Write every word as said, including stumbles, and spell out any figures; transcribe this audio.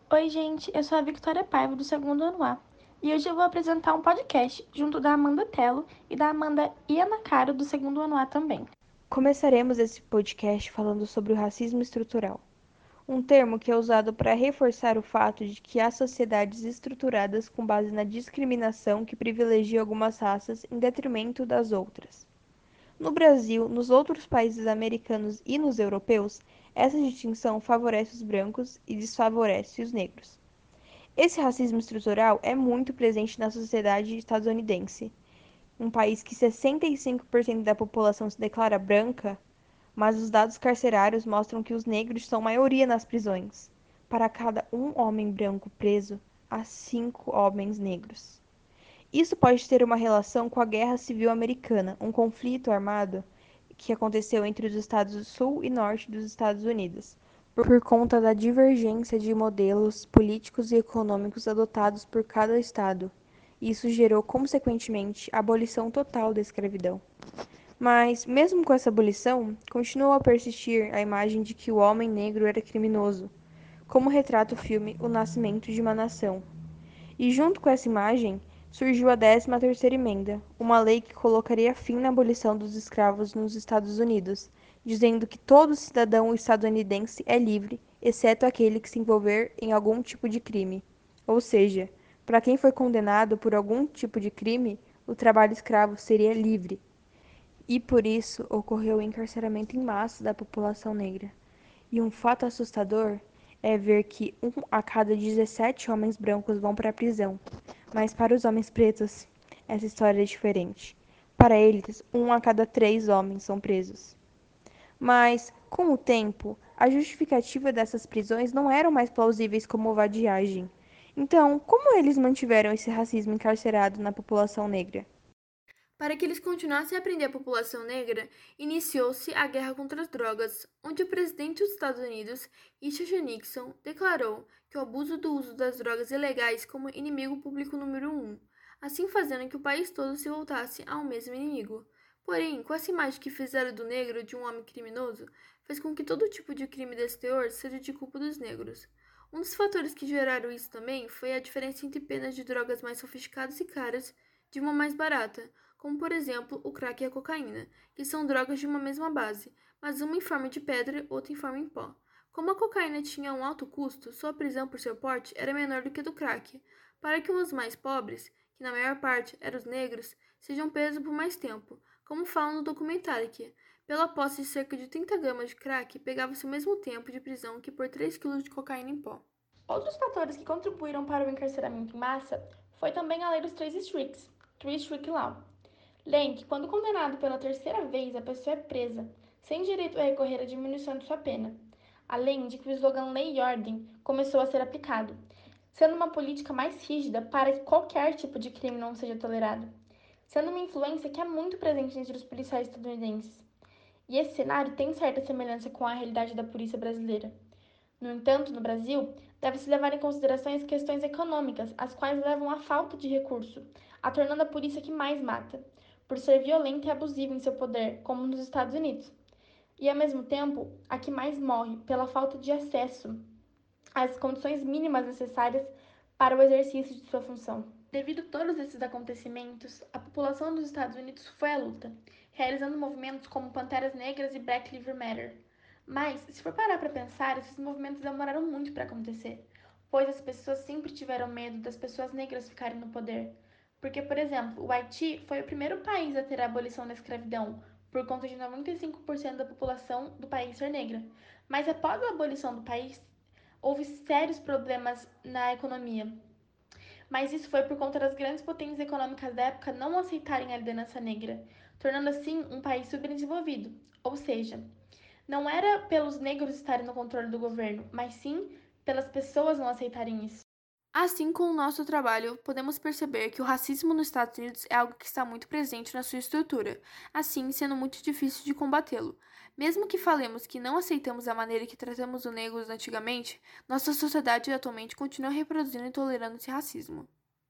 Oi, gente, eu sou a Victoria Paiva, do segundo ano A, e hoje eu vou apresentar um podcast junto da Amanda Tello e da Amanda Ianacaro, do segundo ano A também. Começaremos esse podcast falando sobre o racismo estrutural, um termo que é usado para reforçar o fato de que há sociedades estruturadas com base na discriminação que privilegia algumas raças em detrimento das outras. No Brasil, nos outros países americanos e nos europeus, essa distinção favorece os brancos e desfavorece os negros. Esse racismo estrutural é muito presente na sociedade estadunidense, um país que sessenta e cinco por cento da população se declara branca, mas os dados carcerários mostram que os negros são maioria nas prisões. Para cada um homem branco preso, há cinco homens negros. Isso pode ter uma relação com a Guerra Civil Americana, um conflito armado que aconteceu entre os estados sul e norte dos Estados Unidos, por conta da divergência de modelos políticos e econômicos adotados por cada estado. Isso gerou, consequentemente, a abolição total da escravidão. Mas, mesmo com essa abolição, continuou a persistir a imagem de que o homem negro era criminoso, como retrata o filme O Nascimento de uma Nação. E junto com essa imagem, surgiu a décima terceira Emenda, uma lei que colocaria fim na abolição dos escravos nos Estados Unidos, dizendo que todo cidadão estadunidense é livre, exceto aquele que se envolver em algum tipo de crime. Ou seja, para quem foi condenado por algum tipo de crime, o trabalho escravo seria livre. E por isso ocorreu o encarceramento em massa da população negra. E um fato assustador é ver que um a cada dezessete homens brancos vão para a prisão. Mas para os homens pretos, essa história é diferente. Para eles, um a cada três homens são presos. Mas, com o tempo, a justificativa dessas prisões não eram mais plausíveis como vadiagem. Então, como eles mantiveram esse racismo encarcerado na população negra? Para que eles continuassem a prender a população negra, iniciou-se a Guerra contra as Drogas, onde o presidente dos Estados Unidos, Richard Nixon, declarou que o abuso do uso das drogas ilegais como inimigo público número um, assim fazendo que o país todo se voltasse ao mesmo inimigo. Porém, com essa imagem que fizeram do negro de um homem criminoso, fez com que todo tipo de crime desse teor seja de culpa dos negros. Um dos fatores que geraram isso também foi a diferença entre penas de drogas mais sofisticadas e caras de uma mais barata, como por exemplo o crack e a cocaína, que são drogas de uma mesma base, mas uma em forma de pedra, outra em forma em pó. Como a cocaína tinha um alto custo, sua prisão por seu porte era menor do que a do crack, para que os mais pobres, que na maior parte eram os negros, sejam presos por mais tempo, como falam no documentário que, pela posse de cerca de trinta gramas de crack, pegava-se o mesmo tempo de prisão que por três quilos de cocaína em pó. Outros fatores que contribuíram para o encarceramento em massa foi também a lei dos três strikes, Three Strike Law. Lei em que, quando condenado pela terceira vez, a pessoa é presa, sem direito a recorrer à diminuição de sua pena, além de que o slogan Lei e Ordem começou a ser aplicado, sendo uma política mais rígida para que qualquer tipo de crime não seja tolerado, sendo uma influência que é muito presente entre os policiais estadunidenses. E esse cenário tem certa semelhança com a realidade da polícia brasileira. No entanto, no Brasil, deve-se levar em consideração as questões econômicas, as quais levam à falta de recurso, a tornando a polícia que mais mata, por ser violenta e abusiva em seu poder, como nos Estados Unidos. E, ao mesmo tempo, a que mais morre pela falta de acesso às condições mínimas necessárias para o exercício de sua função. Devido a todos esses acontecimentos, a população dos Estados Unidos foi à luta, realizando movimentos como Panteras Negras e Black Lives Matter. Mas, se for parar para pensar, esses movimentos demoraram muito para acontecer, pois as pessoas sempre tiveram medo das pessoas negras ficarem no poder. Porque, por exemplo, o Haiti foi o primeiro país a ter a abolição da escravidão, por conta de noventa e cinco por cento da população do país ser negra. Mas após a abolição do país, houve sérios problemas na economia. Mas isso foi por conta das grandes potências econômicas da época não aceitarem a liderança negra, tornando assim um país subdesenvolvido. Ou seja, não era pelos negros estarem no controle do governo, mas sim pelas pessoas não aceitarem isso. Assim, com o nosso trabalho, podemos perceber que o racismo nos Estados Unidos é algo que está muito presente na sua estrutura, assim sendo muito difícil de combatê-lo. Mesmo que falemos que não aceitamos a maneira que tratamos os negros antigamente, nossa sociedade atualmente continua reproduzindo e tolerando esse racismo.